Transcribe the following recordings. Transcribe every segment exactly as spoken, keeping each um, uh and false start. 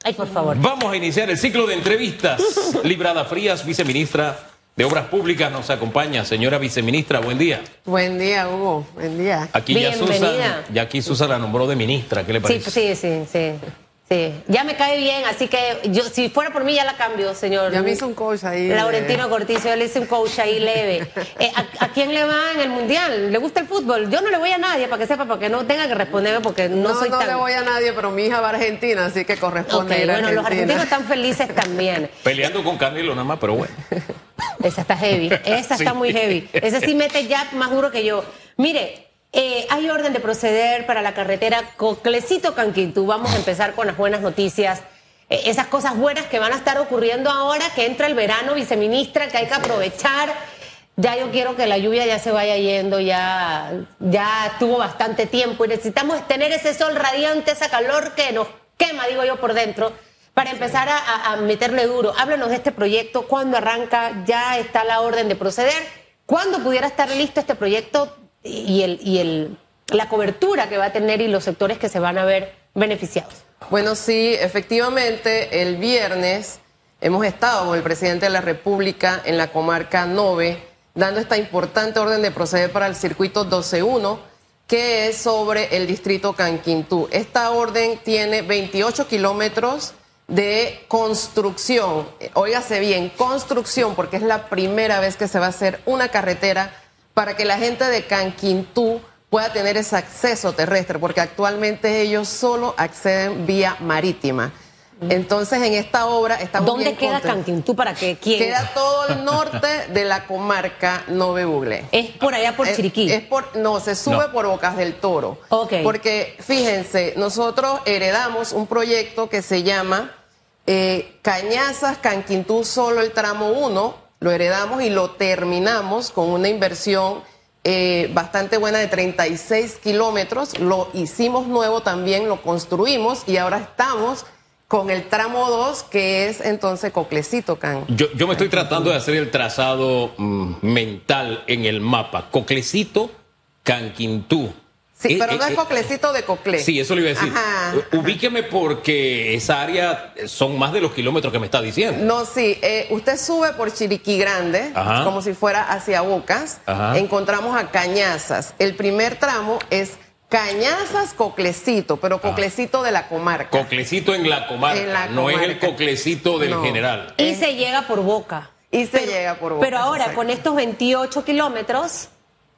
Ay, por favor. Vamos a iniciar el ciclo de entrevistas. Librada Frías, viceministra de Obras Públicas, nos acompaña. Señora viceministra, buen día. Buen día, Hugo. Buen día. Aquí ya Susan, ya aquí Susan la nombró de ministra. ¿Qué le parece? Sí, sí, sí, sí. Sí, ya me cae bien, así que yo, si fuera por mí, ya la cambio, señor. Ya me hizo un coach ahí. Laurentino de... Cortizo, yo le hice un coach ahí leve. Eh, ¿a, ¿A quién le va en el Mundial? ¿Le gusta el fútbol? Yo no le voy a nadie, para que sepa, para que no tenga que responderme, porque no, no soy no tan... No le voy a nadie, pero mi hija va a Argentina, así que corresponde okay, ir a bueno, Argentina. Los argentinos están felices también. Peleando con Canelo nada más, pero bueno. Esa está heavy, esa Sí. está muy heavy. Ese sí mete ya más duro que yo. Mire... Eh, hay orden de proceder para la carretera Coclecito-Canquintú. Vamos a empezar con las buenas noticias. Eh, esas cosas buenas que van a estar ocurriendo ahora que entra el verano, viceministra, que hay que aprovechar. Ya yo quiero que la lluvia ya se vaya yendo, ya, ya tuvo bastante tiempo y necesitamos tener ese sol radiante, ese calor que nos quema, digo yo, por dentro, para empezar a, a, a meterle duro. Háblanos de este proyecto, ¿cuándo arranca? ¿Ya está la orden de proceder? ¿Cuándo pudiera estar listo este proyecto? y, el, y el, la cobertura que va a tener y los sectores que se van a ver beneficiados. Bueno, sí, efectivamente, el viernes hemos estado con el presidente de la República en la comarca Nove, dando esta importante orden de proceder para el circuito doce uno, que es sobre el distrito Canquintú. Esta orden tiene veintiocho kilómetros de construcción. Óigase bien, construcción, porque es la primera vez que se va a hacer una carretera para que la gente de Canquintú pueda tener ese acceso terrestre, porque actualmente ellos solo acceden vía marítima. Entonces, en esta obra estamos ¿Dónde bien queda contentos. Canquintú para que quién? Queda todo el norte de la comarca Nove Bugle. Es por allá por Chiriquí. Es, es por, no, se sube no. por Bocas del Toro. Ok. Porque, fíjense, nosotros heredamos un proyecto que se llama eh, Cañazas, Canquintú, solo el tramo uno. Lo heredamos y lo terminamos con una inversión eh, bastante buena de treinta y seis kilómetros. Lo hicimos nuevo también, lo construimos y ahora estamos con el tramo dos, que es entonces Coclecito, Can. Yo, yo me estoy tratando de hacer el trazado mm, mental en el mapa. Coclecito, Canquintú. Sí, eh, pero eh, no es eh, Coclecito de Coclé. Sí, eso le iba a decir. Ajá, Ubíqueme porque esa área son más de los kilómetros que me está diciendo. No, sí, eh, usted sube por Chiriquí Grande, Ajá. como si fuera hacia Bocas, Ajá. encontramos a Cañazas. El primer tramo es Cañazas, Coclecito, pero Coclecito de la comarca. Coclecito en la comarca, En la no comarca. es el Coclecito del No. general. Y se llega por Boca. Y se Pero- llega por Bocas. Pero ahora, exacto. con estos veintiocho kilómetros,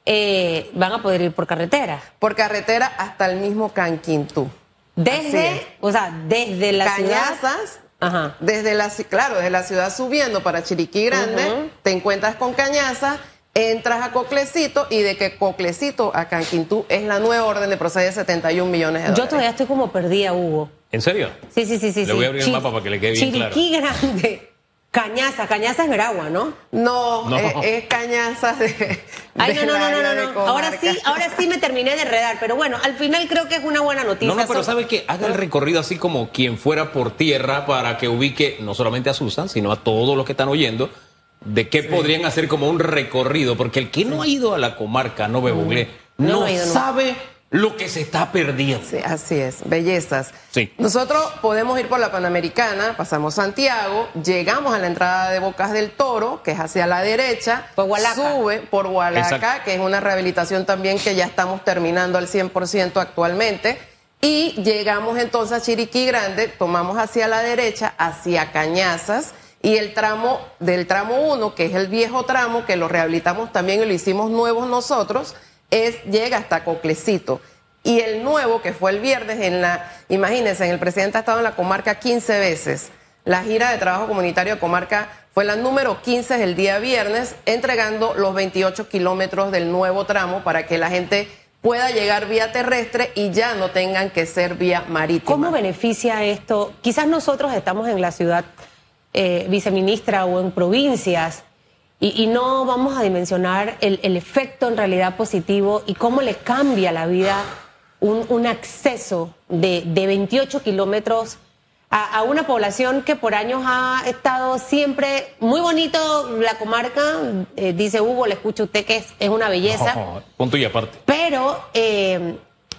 eh, van a poder ir por carretera. Por carretera hasta el mismo Canquintú. Así Desde, es. o sea, desde la ciudad. Cañazas, Ajá. desde la, ci- claro, desde la ciudad subiendo para Chiriquí Grande, Ujú. te encuentras con Cañazas, entras a Coclecito y de que Coclecito a Canquintú es la nueva orden de proceder de setenta y un millones de dólares. Yo todavía estoy como perdida, Hugo. ¿En serio? Sí, sí, sí, sí. Le sí. voy a abrir el Chi- mapa para que le quede bien claro. Chiriquí Grande. Cañaza, Cañaza es Veragua, ¿no? No, No. Es, es Cañazas de. Ay, no, del no, no, área no, de no, no. Ahora comarca. sí, ahora sí me terminé de enredar, pero bueno, al final creo que es una buena noticia. No, no, pero So- ¿sabe qué? Haga el recorrido así como quien fuera por tierra para que ubique no solamente a Susan, sino a todos los que están oyendo, de qué podrían hacer como un recorrido, porque el que no ha ido a la comarca Nove Bugle No, no, no ha ido nunca. sabe lo que se está perdiendo. Sí, así es, bellezas. Sí. Nosotros podemos ir por la Panamericana, pasamos Santiago, llegamos a la entrada de Bocas del Toro, que es hacia la derecha. Por Hualaca. Sube por Hualaca, Exacto. que es una rehabilitación también que ya estamos terminando al cien por ciento actualmente. Y llegamos entonces a Chiriquí Grande, tomamos hacia la derecha, hacia Cañazas. Y el tramo del tramo uno, que es el viejo tramo, que lo rehabilitamos también y lo hicimos nuevos nosotros, es llega hasta Coclecito. Y el nuevo, que fue el viernes, en la, imagínense, el presidente ha estado en la comarca quince veces. La gira de trabajo comunitario de comarca fue la número quince el día viernes, entregando los veintiocho kilómetros del nuevo tramo para que la gente pueda llegar vía terrestre y ya no tengan que ser vía marítima. ¿Cómo beneficia esto? Quizás nosotros estamos en la ciudad, eh, viceministra, o en provincias, y, y no vamos a dimensionar el, el efecto en realidad positivo y cómo le cambia la vida un, un acceso de, de veintiocho kilómetros a, a una población que por años ha estado siempre muy bonito la comarca. Eh, dice Hugo, le escucho a usted que es, es una belleza. No, punto y aparte. Pero eh,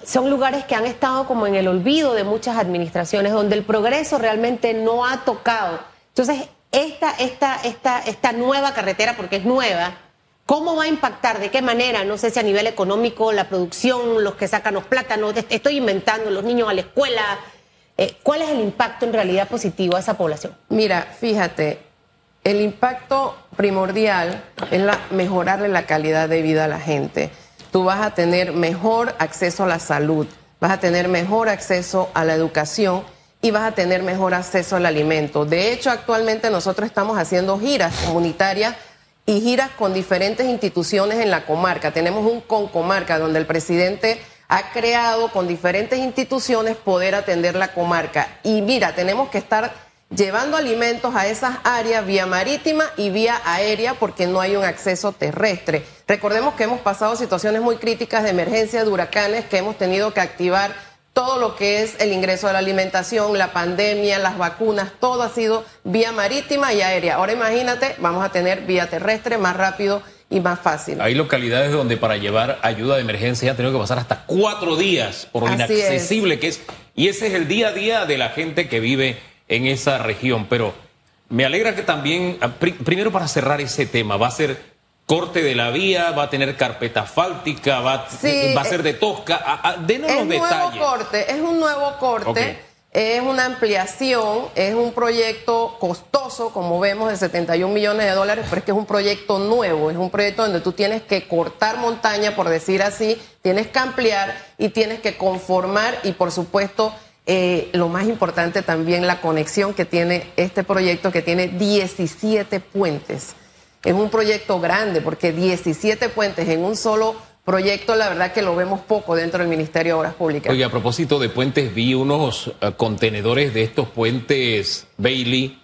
son lugares que han estado como en el olvido de muchas administraciones, donde el progreso realmente no ha tocado. Entonces, esta, esta, esta, esta nueva carretera, porque es nueva, ¿cómo va a impactar? ¿De qué manera? No sé si a nivel económico, la producción, los que sacan los plátanos, estoy inventando, los niños a la escuela. Eh, ¿Cuál es el impacto en realidad positivo a esa población? Mira, fíjate, el impacto primordial es la, mejorarle la calidad de vida a la gente. Tú vas a tener mejor acceso a la salud, vas a tener mejor acceso a la educación y vas a tener mejor acceso al alimento. De hecho, actualmente nosotros estamos haciendo giras comunitarias y giras con diferentes instituciones en la comarca. Tenemos un Concomarca donde el presidente ha creado con diferentes instituciones poder atender la comarca. Y mira, tenemos que estar llevando alimentos a esas áreas vía marítima y vía aérea porque no hay un acceso terrestre. Recordemos que hemos pasado situaciones muy críticas de emergencia de huracanes, que hemos tenido que activar todo lo que es el ingreso de la alimentación, la pandemia, las vacunas, todo ha sido vía marítima y aérea. Ahora imagínate, vamos a tener vía terrestre más rápido y más fácil. Hay localidades donde para llevar ayuda de emergencia han tenido que pasar hasta cuatro días por lo Así inaccesible es. que es. Y ese es el día a día de la gente que vive en esa región. Pero me alegra que también, pr primero para cerrar ese tema, va a ser corte de la vía, va a tener carpeta asfáltica, va, Sí, va a ser de tosca. A, a, denos es los un detalles. nuevo corte, es un nuevo corte. Okay. Es una ampliación, es un proyecto costoso, como vemos, de setenta y un millones de dólares, pero es que es un proyecto nuevo, es un proyecto donde tú tienes que cortar montaña, por decir así, tienes que ampliar y tienes que conformar y, por supuesto, eh, lo más importante también, la conexión que tiene este proyecto, que tiene diecisiete puentes. Es un proyecto grande, porque diecisiete puentes en un solo proyecto, la verdad que lo vemos poco dentro del Ministerio de Obras Públicas. Oye, a propósito de puentes, vi unos uh, contenedores de estos puentes Bailey.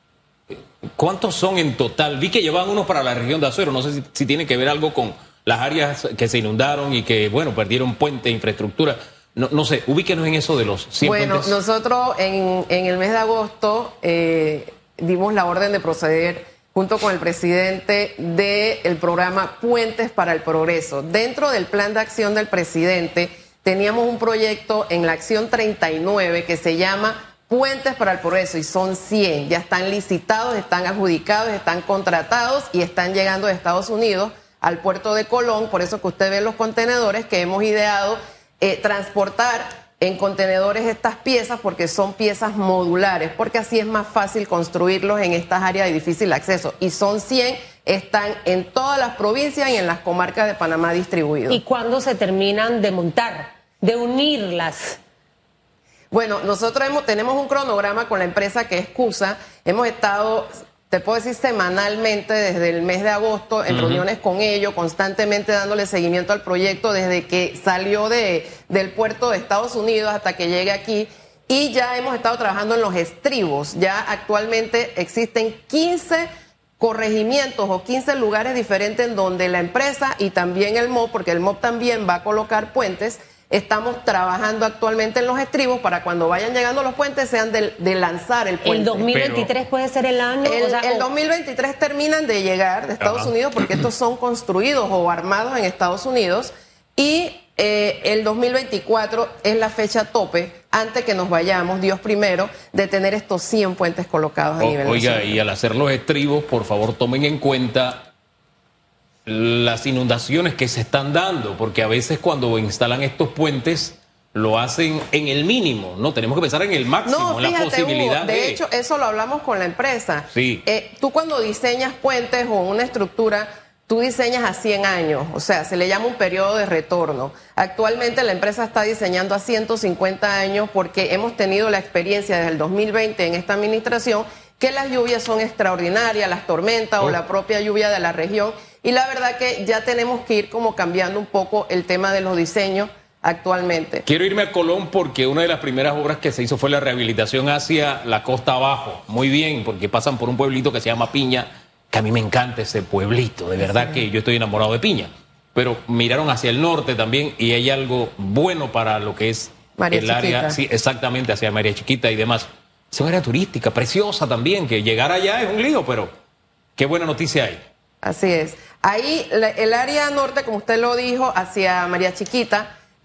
¿Cuántos son en total? Vi que llevaban unos para la región de Azuero. No sé si, si tiene que ver algo con las áreas que se inundaron y que, bueno, perdieron puente, infraestructura. No, no sé, ubíquenos en eso de los cien bueno, puentes. Bueno, nosotros en, en el mes de agosto eh, dimos la orden de proceder junto con el presidente del programa Puentes para el Progreso. Dentro del plan de acción del presidente teníamos un proyecto en la acción treinta y nueve que se llama Puentes para el Progreso y son cien. Ya están licitados, están adjudicados, están contratados y están llegando de Estados Unidos al puerto de Colón. Por eso que usted ve los contenedores que hemos ideado eh, transportar en contenedores estas piezas, porque son piezas modulares, porque así es más fácil construirlos en estas áreas de difícil acceso. Y son cien, están en todas las provincias y en las comarcas de Panamá distribuidos. ¿Y cuándo se terminan de montar, de unirlas? Bueno, nosotros hemos, tenemos un cronograma con la empresa que es CUSA. Hemos estado, te puedo decir, semanalmente desde el mes de agosto en uh-huh. reuniones con ellos, constantemente dándole seguimiento al proyecto desde que salió de, del puerto de Estados Unidos hasta que llegue aquí. Y ya hemos estado trabajando en los estribos. Ya actualmente existen quince corregimientos o quince lugares diferentes en donde la empresa y también el M O P, porque el M O P también va a colocar puentes. Estamos trabajando actualmente en los estribos para cuando vayan llegando los puentes sean de, de lanzar el puente. ¿El dos mil veintitrés Pero, puede ser el año? El, o sea, el o... dos mil veintitrés terminan de llegar de Estados Ajá. Unidos porque estos son construidos o armados en Estados Unidos y eh, el dos mil veinticuatro es la fecha tope antes que nos vayamos, Dios primero, de tener estos cien puentes colocados a o, nivel Oiga, nacional. Y al hacer los estribos, por favor tomen en cuenta las inundaciones que se están dando, porque a veces cuando instalan estos puentes lo hacen en el mínimo, ¿no? Tenemos que pensar en el máximo, no, fíjate, en la posibilidad Hugo, de... de... hecho, eso lo hablamos con la empresa. Sí. Eh, tú cuando diseñas puentes o una estructura, tú diseñas a cien años, o sea, se le llama un periodo de retorno. Actualmente la empresa está diseñando a ciento cincuenta años porque hemos tenido la experiencia desde el dos mil veinte en esta administración que las lluvias son extraordinarias, las tormentas oh. o la propia lluvia de la región, y la verdad que ya tenemos que ir como cambiando un poco el tema de los diseños actualmente. Quiero irme a Colón porque una de las primeras obras que se hizo fue la rehabilitación hacia la costa abajo. Muy bien, porque pasan por un pueblito que se llama Piña, que a mí me encanta ese pueblito, de verdad sí. que yo estoy enamorado de Piña. Pero miraron hacia el norte también y hay algo bueno para lo que es María el Chiquita. área, sí, exactamente, hacia María Chiquita y demás. Es una área turística preciosa también, que llegar allá es un lío, pero qué buena noticia hay. Así es. Ahí la, el área norte, como usted lo dijo, hacia María Chiquita,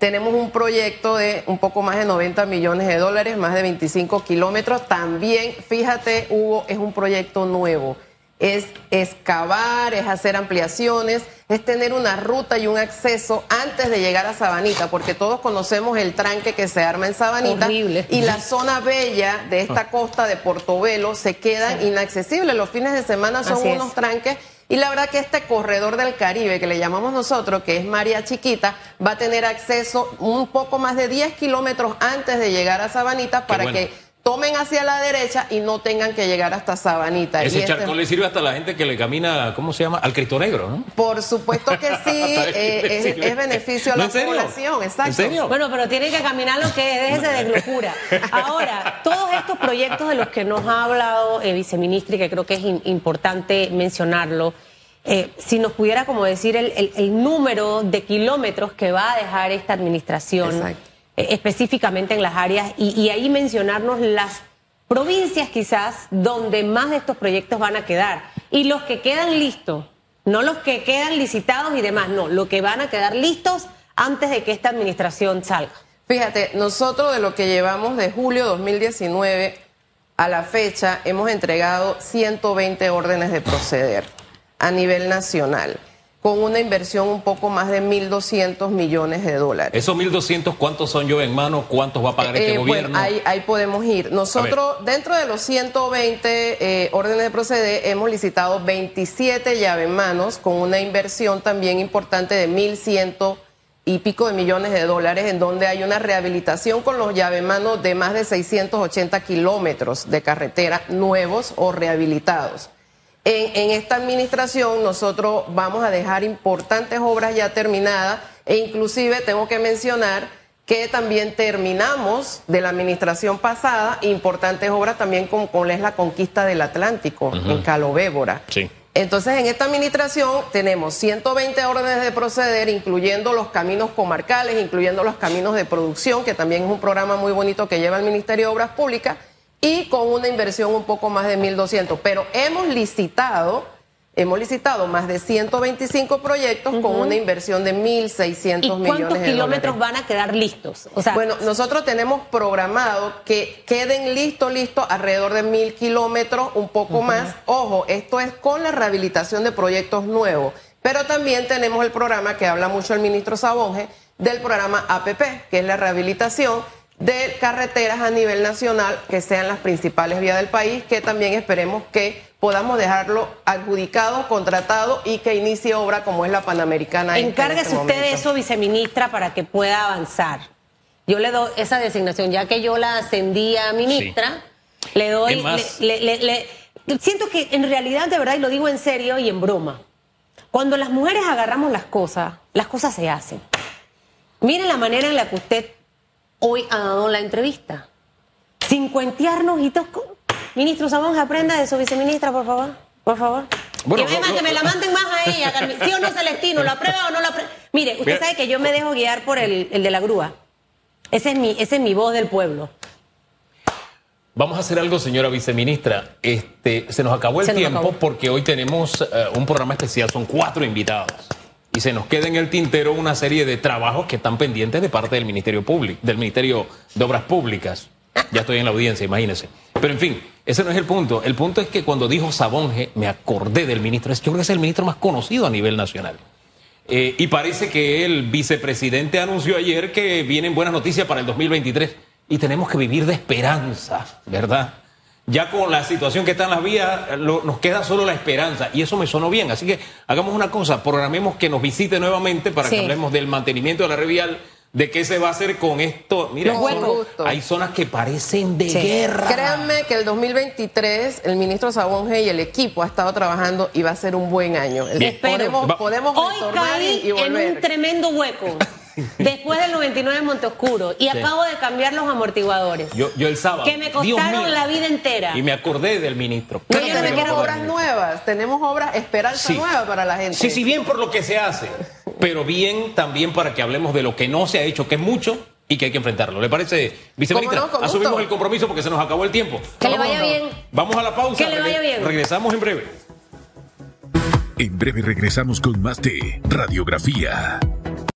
Tenemos un proyecto de un poco más de noventa millones de dólares, más de veinticinco kilómetros. También, fíjate, Hugo, es un proyecto nuevo. Es excavar, es hacer ampliaciones, es tener una ruta y un acceso antes de llegar a Sabanita, porque todos conocemos el tranque que se arma en Sabanita. Horrible. Y la zona bella de esta costa de Portobelo se quedan sí. inaccesibles. Los fines de semana son Así unos es. tranques. Y la verdad que este corredor del Caribe, que le llamamos nosotros, que es María Chiquita, va a tener acceso un poco más de diez kilómetros antes de llegar a Sabanita para bueno. que tomen hacia la derecha y no tengan que llegar hasta Sabanita. Ese y charcón este... le sirve hasta a la gente que le camina, ¿cómo se llama? Al Cristo Negro, ¿no? Por supuesto que sí, eh, es, es beneficio a la ¿No, en población, exacto. ¿En serio? Bueno, pero tienen que caminar lo que es, déjese de locura. Ahora, todos estos proyectos de los que nos ha hablado eh, viceministra, y que creo que es in, importante mencionarlo, eh, si nos pudiera como decir el, el, el número de kilómetros que va a dejar esta administración. Exacto. Específicamente en las áreas y, y ahí mencionarnos las provincias quizás donde más de estos proyectos van a quedar y los que quedan listos, no los que quedan licitados y demás, no, los que van a quedar listos antes de que esta administración salga. Fíjate, nosotros de lo que llevamos de julio dos mil diecinueve a la fecha hemos entregado ciento veinte órdenes de proceder a nivel nacional, con una inversión un poco más de mil doscientos millones de dólares. ¿Esos mil doscientos cuántos son yo en mano? ¿Cuántos va a pagar este eh, gobierno? Bueno, ahí, ahí podemos ir. Nosotros, dentro de los ciento veinte eh, órdenes de proceder, hemos licitado veintisiete llave en manos, con una inversión también importante de mil ciento y pico de millones de dólares, en donde hay una rehabilitación con los llave en manos de más de seiscientos ochenta kilómetros de carretera nuevos o rehabilitados. En, en esta administración nosotros vamos a dejar importantes obras ya terminadas e inclusive tengo que mencionar que también terminamos de la administración pasada importantes obras también como, como es la conquista del Atlántico, uh-huh. en Calobébora. Sí. Entonces en esta administración tenemos ciento veinte órdenes de proceder, incluyendo los caminos comarcales, incluyendo los caminos de producción, que también es un programa muy bonito que lleva el Ministerio de Obras Públicas, y con una inversión un poco más de mil doscientos. Pero hemos licitado, hemos licitado más de ciento veinticinco proyectos uh-huh. con una inversión de mil seiscientos millones de dólares. ¿Y cuántos kilómetros van a quedar listos? O sea, bueno, nosotros tenemos programado que queden listos, listos alrededor de mil kilómetros, un poco uh-huh. más. Ojo, esto es con la rehabilitación de proyectos nuevos. Pero también tenemos el programa que habla mucho el ministro Sabonge, del programa A P P, que es la rehabilitación de carreteras a nivel nacional que sean las principales vías del país, que también esperemos que podamos dejarlo adjudicado, contratado y que inicie obra como es la Panamericana. Encárguese este usted de eso, viceministra, para que pueda avanzar. Yo le doy esa designación, ya que yo la ascendí a ministra, sí. le doy... Más... Le, le, le, le, siento que en realidad, de verdad, y lo digo en serio y en broma, cuando las mujeres agarramos las cosas, las cosas se hacen. Miren la manera en la que usted hoy ha dado la entrevista. Sin cuentearnos y todo. Ministro Sabonge, aprenda de eso, viceministra, por favor. Por favor. Bueno, que, no, no, que me la manden más a ella. ¿Sí o no, Celestino? ¿La aprueba o no la aprueba? Mire, usted Mira. sabe que yo me dejo guiar por el, el de la grúa. Ese es mi, ese es mi voz del pueblo. Vamos a hacer algo, señora viceministra. Este, se nos acabó el se tiempo acabó. porque hoy tenemos uh, un programa especial. Son cuatro invitados. Y se nos queda en el tintero una serie de trabajos que están pendientes de parte del Ministerio Público, del Ministerio de Obras Públicas. Ya estoy en la audiencia, imagínense. Pero en fin, ese no es el punto. El punto es que cuando dijo Sabonge, me acordé del ministro. Yo creo que es el ministro más conocido a nivel nacional. Eh, y parece que el vicepresidente anunció ayer que vienen buenas noticias para el dos mil veintitrés. Y tenemos que vivir de esperanza, ¿verdad? Ya con la situación que está en las vías, lo, nos queda solo la esperanza. Y eso me sonó bien. Así que hagamos una cosa, programemos que nos visite nuevamente para sí. que hablemos del mantenimiento de la red vial, de qué se va a hacer con esto. Mira, son, hay zonas que parecen de sí. guerra. Créanme que el dos mil veintitrés, el ministro Sabonge y el equipo ha estado trabajando y va a ser un buen año. Bien. Podemos, va. podemos Hoy caí y volver. en un tremendo hueco. Después del noventa y nueve de Monteoscuro y sí. acabo de cambiar los amortiguadores. Yo, yo el sábado. Que me costaron la vida entera. Y me acordé del ministro. Pero yo no me quiero obras nuevas. Tenemos obras, esperanza sí. nueva para la gente. Sí, sí, bien por lo que se hace, pero bien también para que hablemos de lo que no se ha hecho, que es mucho y que hay que enfrentarlo. ¿Le parece, viceministra? No, asumimos el compromiso porque se nos acabó el tiempo. Que no, le vaya vamos, bien. Vamos a la pausa. Que le vaya bien. Regresamos en breve. En breve regresamos con más de Radiografía.